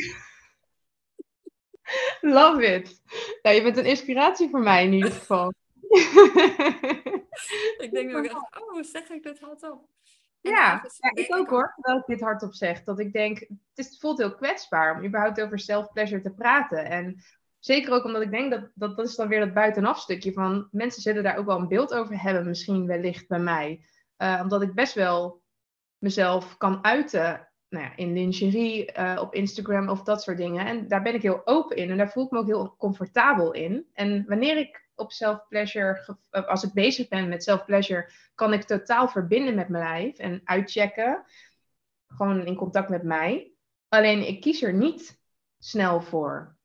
Love it. Nou, je bent een inspiratie voor mij in ieder geval. Ik denk nu ook echt, hoe zeg ik dit hardop? Ik ook hoor, dat ik dit hardop zeg. Dat ik denk, het voelt heel kwetsbaar om überhaupt over self-pleasure te praten. En zeker ook omdat ik denk dat is dan weer dat buitenaf stukje van, mensen zullen daar ook wel een beeld over hebben, misschien wellicht bij mij. Omdat ik best wel mezelf kan uiten, in lingerie, op Instagram of dat soort dingen. En daar ben ik heel open in en daar voel ik me ook heel comfortabel in. En wanneer ik op self-pleasure, als ik bezig ben met self-pleasure, kan ik totaal verbinden met mijn lijf en uitchecken. Gewoon in contact met mij. Alleen ik kies er niet snel voor.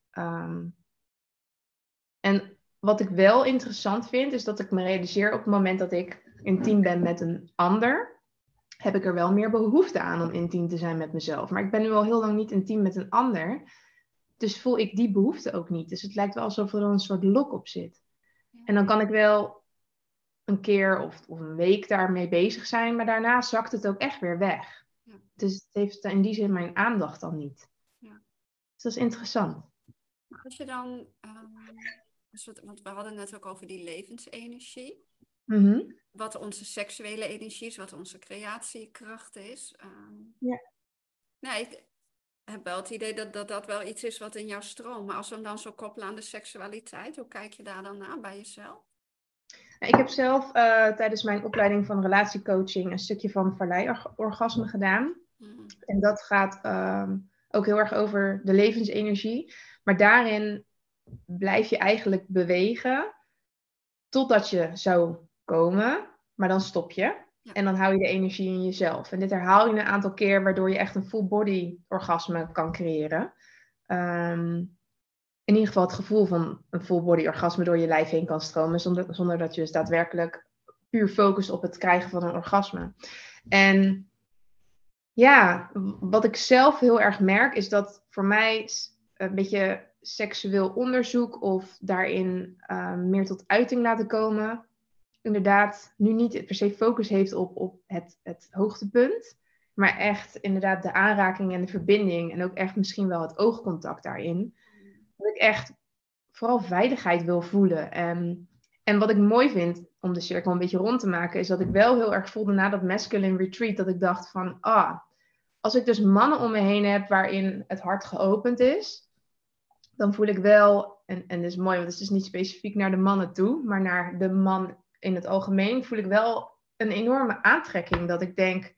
En wat ik wel interessant vind, is dat ik me realiseer op het moment dat ik intiem ben met een ander, heb ik er wel meer behoefte aan om intiem te zijn met mezelf. Maar ik ben nu al heel lang niet intiem met een ander. Dus voel ik die behoefte ook niet. Dus het lijkt wel alsof er een soort lok op zit. Ja. En dan kan ik wel een keer of een week daarmee bezig zijn. Maar daarna zakt het ook echt weer weg. Ja. Dus het heeft in die zin mijn aandacht dan niet. Ja. Dus dat is interessant. Als je dan... want we hadden net ook over die levensenergie. Mm-hmm. Wat onze seksuele energie is, wat onze creatiekracht is. heb wel het idee dat wel iets is wat in jou stroomt. Maar als we hem dan zo koppelen aan de seksualiteit, hoe kijk je daar dan naar bij jezelf? Ik heb zelf tijdens mijn opleiding van relatiecoaching een stukje van vallei-orgasme gedaan. En dat gaat ook heel erg over de levensenergie. Maar daarin blijf je eigenlijk bewegen totdat je zou komen. Maar dan stop je. Ja. En dan hou je de energie in jezelf. En dit herhaal je een aantal keer, waardoor je echt een full body orgasme kan creëren. In ieder geval het gevoel van een full body orgasme door je lijf heen kan stromen. Zonder dat je dus daadwerkelijk puur focust op het krijgen van een orgasme. En ja, wat ik zelf heel erg merk is dat voor mij een beetje seksueel onderzoek of daarin meer tot uiting laten komen, inderdaad nu niet per se focus heeft op het hoogtepunt, maar echt inderdaad de aanraking en de verbinding en ook echt misschien wel het oogcontact daarin. Dat ik echt vooral veiligheid wil voelen. En wat ik mooi vind, om de cirkel een beetje rond te maken, is dat ik wel heel erg voelde na dat masculine retreat, dat ik dacht van, als ik dus mannen om me heen heb waarin het hart geopend is, dan voel ik wel, en dit is mooi, want het is dus niet specifiek naar de mannen toe, maar naar de man in het algemeen, voel ik wel een enorme aantrekking. Dat ik denk,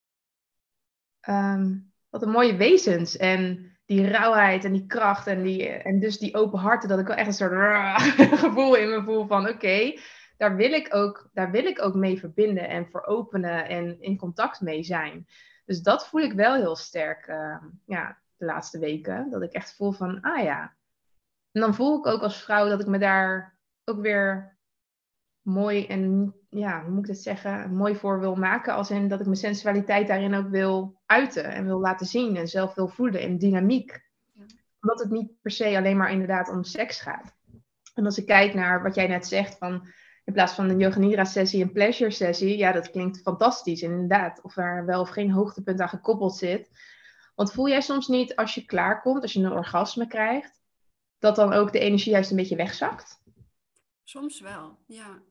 wat een mooie wezens. En die rauwheid en die kracht en dus die open harten, dat ik wel echt een soort gevoel in me voel van oké, daar wil ik ook mee verbinden en voor openen en in contact mee zijn. Dus dat voel ik wel heel sterk de laatste weken. Dat ik echt voel van, ja. En dan voel ik ook als vrouw dat ik me daar ook weer mooi en, ja, hoe moet ik het zeggen, mooi voor wil maken. Als in dat ik mijn sensualiteit daarin ook wil uiten en wil laten zien en zelf wil voelen in dynamiek. Ja. Omdat het niet per se alleen maar inderdaad om seks gaat. En als ik kijk naar wat jij net zegt van, in plaats van een yoga nidra sessie, een pleasure sessie, ja, dat klinkt fantastisch. En inderdaad, of er wel of geen hoogtepunt aan gekoppeld zit. Want voel jij soms niet als je klaarkomt, als je een orgasme krijgt, dat dan ook de energie juist een beetje wegzakt? Soms wel, ja.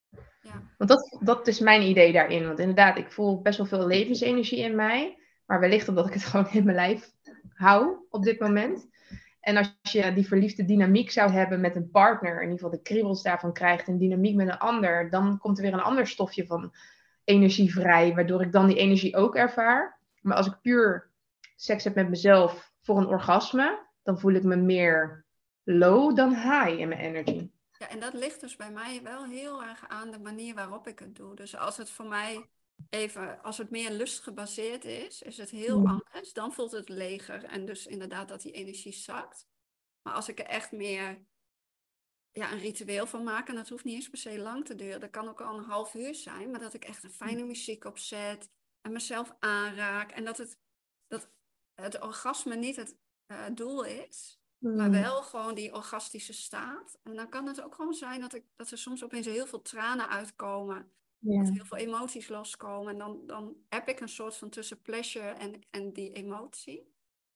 Want dat is mijn idee daarin. Want inderdaad, ik voel best wel veel levensenergie in mij. Maar wellicht omdat ik het gewoon in mijn lijf hou op dit moment. En als je die verliefde dynamiek zou hebben met een partner, in ieder geval de kriebels daarvan krijgt en dynamiek met een ander, dan komt er weer een ander stofje van energie vrij, waardoor ik dan die energie ook ervaar. Maar als ik puur seks heb met mezelf voor een orgasme, dan voel ik me meer low dan high in mijn energy. Ja, en dat ligt dus bij mij wel heel erg aan de manier waarop ik het doe. Dus als het voor mij als het meer lustgebaseerd is het heel anders. Dan voelt het leger en dus inderdaad dat die energie zakt. Maar als ik er echt meer een ritueel van maak, en dat hoeft niet eens per se lang te duren. Dat kan ook al een half uur zijn, maar dat ik echt een fijne muziek opzet en mezelf aanraak. En dat het orgasme niet het doel is, maar wel gewoon die orgastische staat. En dan kan het ook gewoon zijn dat er soms opeens heel veel tranen uitkomen. Ja. Dat heel veel emoties loskomen. En dan heb ik een soort van tussen pleasure en die emotie.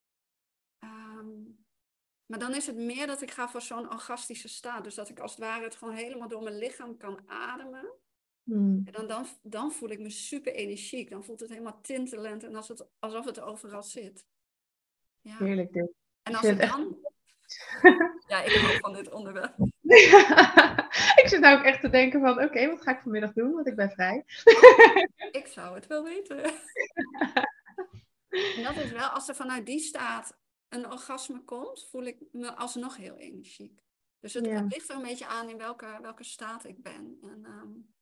Maar dan is het meer dat ik ga voor zo'n orgastische staat. Dus dat ik als het ware het gewoon helemaal door mijn lichaam kan ademen. En dan voel ik me super energiek. Dan voelt het helemaal tintelend en alsof het overal zit. Ja. Heerlijk dit. En als het dan... Ja, ik hou van dit onderwerp. Ik zit nou ook echt te denken van, oké, wat ga ik vanmiddag doen? Want ik ben vrij. Ik zou het wel weten. En dat is wel, als er vanuit die staat een orgasme komt, voel ik me alsnog heel energiek. Dus het ligt er een beetje aan in welke staat ik ben. En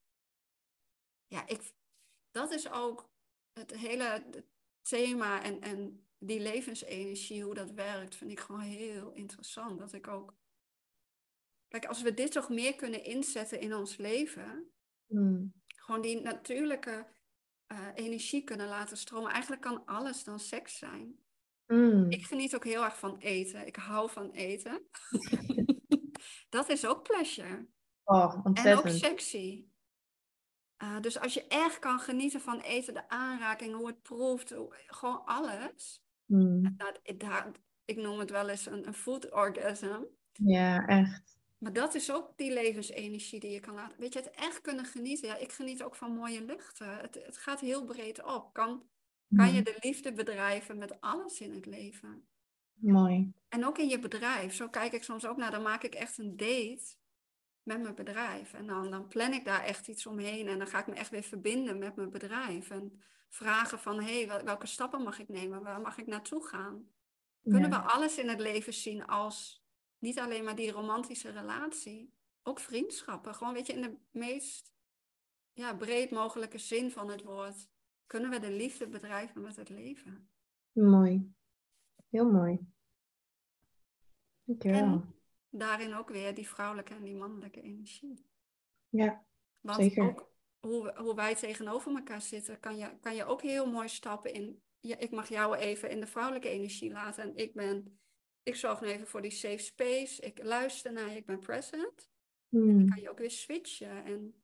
dat is ook het hele thema en die levensenergie, hoe dat werkt, vind ik gewoon heel interessant. Dat ik ook... Kijk, als we dit toch meer kunnen inzetten in ons leven, gewoon die natuurlijke energie kunnen laten stromen. Eigenlijk kan alles dan seks zijn. Ik geniet ook heel erg van eten. Ik hou van eten. Dat is ook pleasure. Oh, ontzettend. En ook sexy. Dus als je echt kan genieten van eten, de aanraking, hoe het proeft, gewoon alles. Ik noem het wel eens een food orgasm. Ja, echt. Maar dat is ook die levensenergie die je kan laten. Weet je, het echt kunnen genieten. Ja, ik geniet ook van mooie luchten. Het gaat heel breed op. Kan Kan je de liefde bedrijven met alles in het leven. Mooi. En ook in je bedrijf. Zo kijk ik soms ook naar. Dan maak ik echt een date met mijn bedrijf. En dan plan ik daar echt iets omheen. En dan ga ik me echt weer verbinden met mijn bedrijf. En vragen van, welke stappen mag ik nemen? Waar mag ik naartoe gaan? Kunnen we alles in het leven zien als niet alleen maar die romantische relatie. Ook vriendschappen. Gewoon, weet je, in de meest breed mogelijke zin van het woord. Kunnen we de liefde bedrijven met het leven? Mooi. Heel mooi. Dankjewel. En daarin ook weer die vrouwelijke en die mannelijke energie. Ja, Want zeker. ook hoe wij tegenover elkaar zitten, kan je ook heel mooi stappen in. Ja, ik mag jou even in de vrouwelijke energie laten. En ik zorg nu even voor die safe space. Ik luister naar je, ik ben present. En dan kan je ook weer switchen. En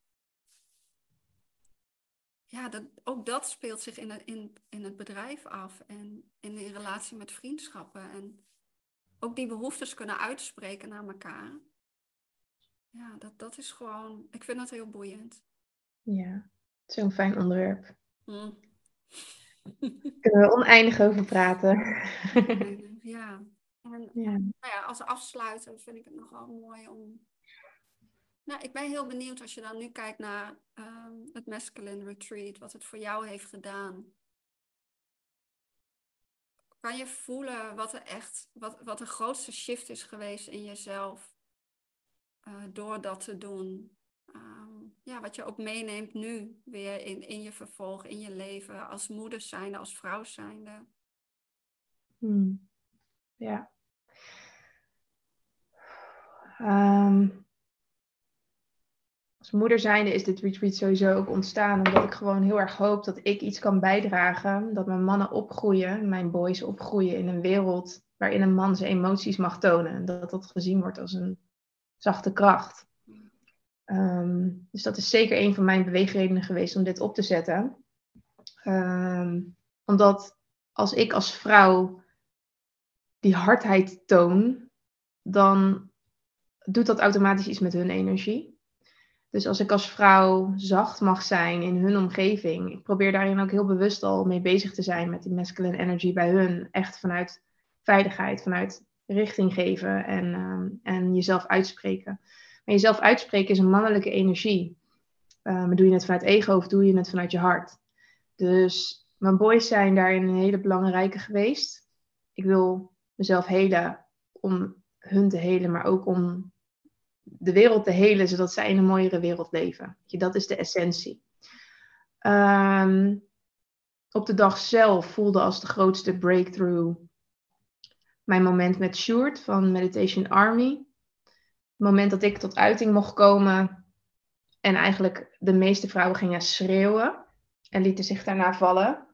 ja, ook dat speelt zich in het bedrijf af. En in relatie met vriendschappen. En ook die behoeftes kunnen uitspreken naar elkaar. Ja, dat is gewoon... Ik vind dat heel boeiend. Ja, zo'n fijn onderwerp. Mm. Kunnen we oneindig over praten. Ja. En Ja. als afsluiter vind ik het nogal mooi om... Nou, ik ben heel benieuwd als je dan nu kijkt naar het Masculine Retreat, wat het voor jou heeft gedaan. Kan je voelen wat de grootste shift is geweest in jezelf door dat te doen? Wat je ook meeneemt nu weer in je vervolg, in je leven, als moeder zijnde, als vrouw zijnde. Ja. Als moeder zijnde is dit retreat sowieso ook ontstaan omdat ik gewoon heel erg hoop dat ik iets kan bijdragen. Dat mijn mannen opgroeien, mijn boys opgroeien in een wereld waarin een man zijn emoties mag tonen. En dat dat gezien wordt als een zachte kracht. Dus dat is zeker een van mijn beweegredenen geweest om dit op te zetten. Omdat als ik als vrouw die hardheid toon, dan doet dat automatisch iets met hun energie. Dus als ik als vrouw zacht mag zijn in hun omgeving, ik probeer daarin ook heel bewust al mee bezig te zijn met die masculine energy bij hun. Echt vanuit veiligheid, vanuit richting geven en jezelf uitspreken. Maar jezelf uitspreken is een mannelijke energie. Maar doe je het vanuit ego of doe je het vanuit je hart? Dus mijn boys zijn daarin een hele belangrijke geweest. Ik wil mezelf helen om hun te helen, maar ook om de wereld te helen, zodat zij in een mooiere wereld leven. Dat is de essentie. Op de dag zelf voelde als de grootste breakthrough mijn moment met Sjoerd van Meditation Army. Het moment dat ik tot uiting mocht komen en eigenlijk de meeste vrouwen gingen schreeuwen en lieten zich daarna vallen,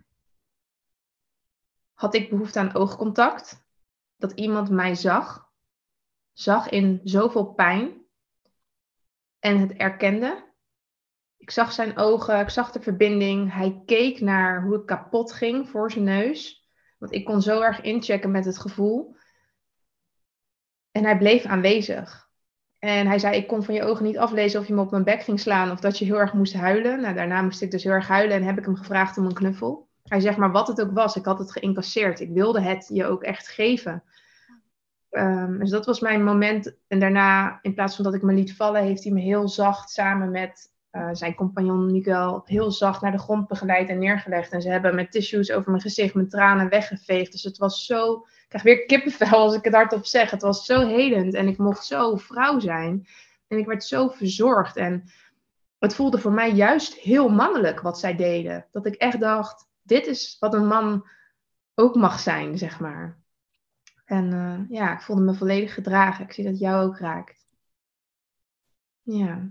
had ik behoefte aan oogcontact. Dat iemand mij zag in zoveel pijn en het erkende. Ik zag zijn ogen, ik zag de verbinding. Hij keek naar hoe ik kapot ging voor zijn neus. Want ik kon zo erg inchecken met het gevoel. En hij bleef aanwezig. En hij zei, ik kon van je ogen niet aflezen of je me op mijn bek ging slaan of dat je heel erg moest huilen. Nou, daarna moest ik dus heel erg huilen en heb ik hem gevraagd om een knuffel. Hij zegt, maar wat het ook was, ik had het geïncasseerd. Ik wilde het je ook echt geven. Dus dat was mijn moment. En daarna, in plaats van dat ik me liet vallen, heeft hij me heel zacht samen met zijn compagnon Miguel heel zacht naar de grond begeleid en neergelegd. En ze hebben met tissues over mijn gezicht mijn tranen weggeveegd. Dus het was zo... Ik krijg weer kippenvel als ik het hardop zeg. Het was zo helend en ik mocht zo vrouw zijn. En ik werd zo verzorgd. En het voelde voor mij juist heel mannelijk wat zij deden. Dat ik echt dacht, dit is wat een man ook mag zijn, zeg maar. En ik voelde me volledig gedragen. Ik zie dat jou ook raakt. Ja.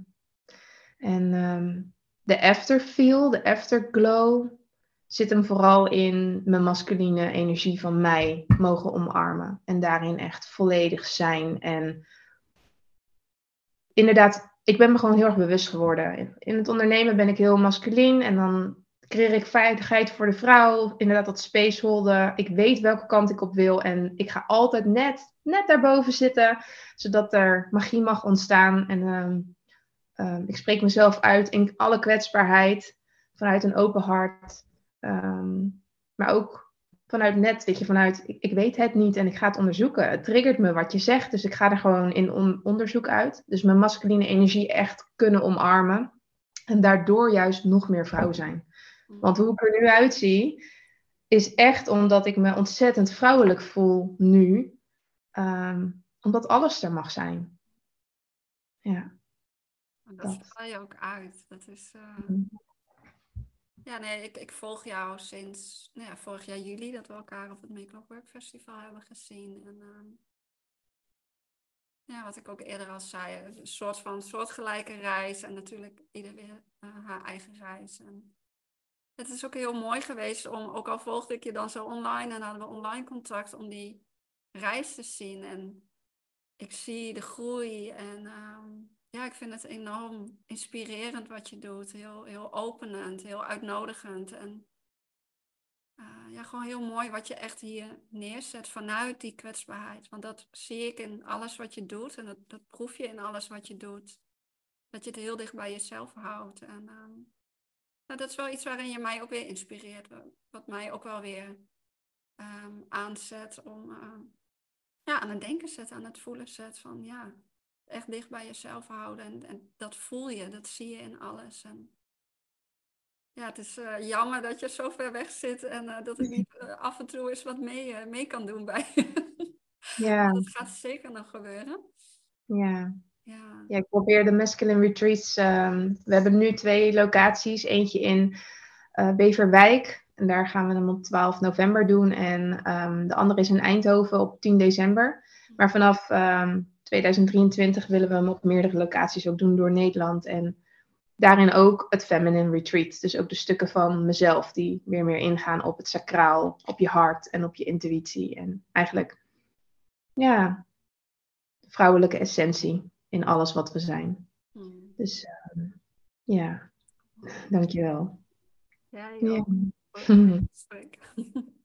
En de afterfeel, de afterglow, zit hem vooral in mijn masculine energie van mij mogen omarmen. En daarin echt volledig zijn. En inderdaad, ik ben me gewoon heel erg bewust geworden. In het ondernemen ben ik heel masculien. En dan creëer ik veiligheid voor de vrouw. Inderdaad, dat space holden. Ik weet welke kant ik op wil. En ik ga altijd net daarboven zitten. Zodat er magie mag ontstaan. En ik spreek mezelf uit in alle kwetsbaarheid. Vanuit een open hart. Maar ook vanuit net, weet je, vanuit ik weet het niet en ik ga het onderzoeken. Het triggert me wat je zegt, dus ik ga er gewoon in onderzoek uit. Dus mijn masculine energie echt kunnen omarmen. En daardoor juist nog meer vrouw zijn. Want hoe ik er nu uitzie, is echt omdat ik me ontzettend vrouwelijk voel nu. Omdat alles er mag zijn. Ja. Dat straal je ook uit. Dat is... Ja, nee, ik volg jou sinds vorig jaar juli dat we elkaar op het Make Love Work Festival hebben gezien. En wat ik ook eerder al zei, een soort van soortgelijke reis en natuurlijk ieder weer haar eigen reis. En het is ook heel mooi geweest om, ook al volgde ik je dan zo online en hadden we online contact, om die reis te zien. En ik zie de groei en ik vind het enorm inspirerend wat je doet. Heel, heel openend, heel uitnodigend. En gewoon heel mooi wat je echt hier neerzet vanuit die kwetsbaarheid. Want dat zie ik in alles wat je doet en dat proef je in alles wat je doet. Dat je het heel dicht bij jezelf houdt. En dat is wel iets waarin je mij ook weer inspireert. Wat mij ook wel weer aanzet om aan het denken zet, aan het voelen zet. Van echt dicht bij jezelf houden. En dat voel je, dat zie je in alles. En het is jammer dat je zo ver weg zit en dat ik niet af en toe eens wat mee kan doen bij je. Ja. Maar dat gaat zeker nog gebeuren. Ja. Ja. Ja, ik probeer de Masculine Retreats. We hebben nu 2 locaties. Eentje in Beverwijk. En daar gaan we hem op 12 november doen. En de andere is in Eindhoven op 10 december. Maar vanaf 2023 willen we hem op meerdere locaties ook doen door Nederland. En daarin ook het Feminine Retreat. Dus ook de stukken van mezelf die weer meer ingaan op het sacraal, op je hart en op je intuïtie. En eigenlijk, de vrouwelijke essentie in alles wat we zijn. Dus dankjewel. Ja, Ja.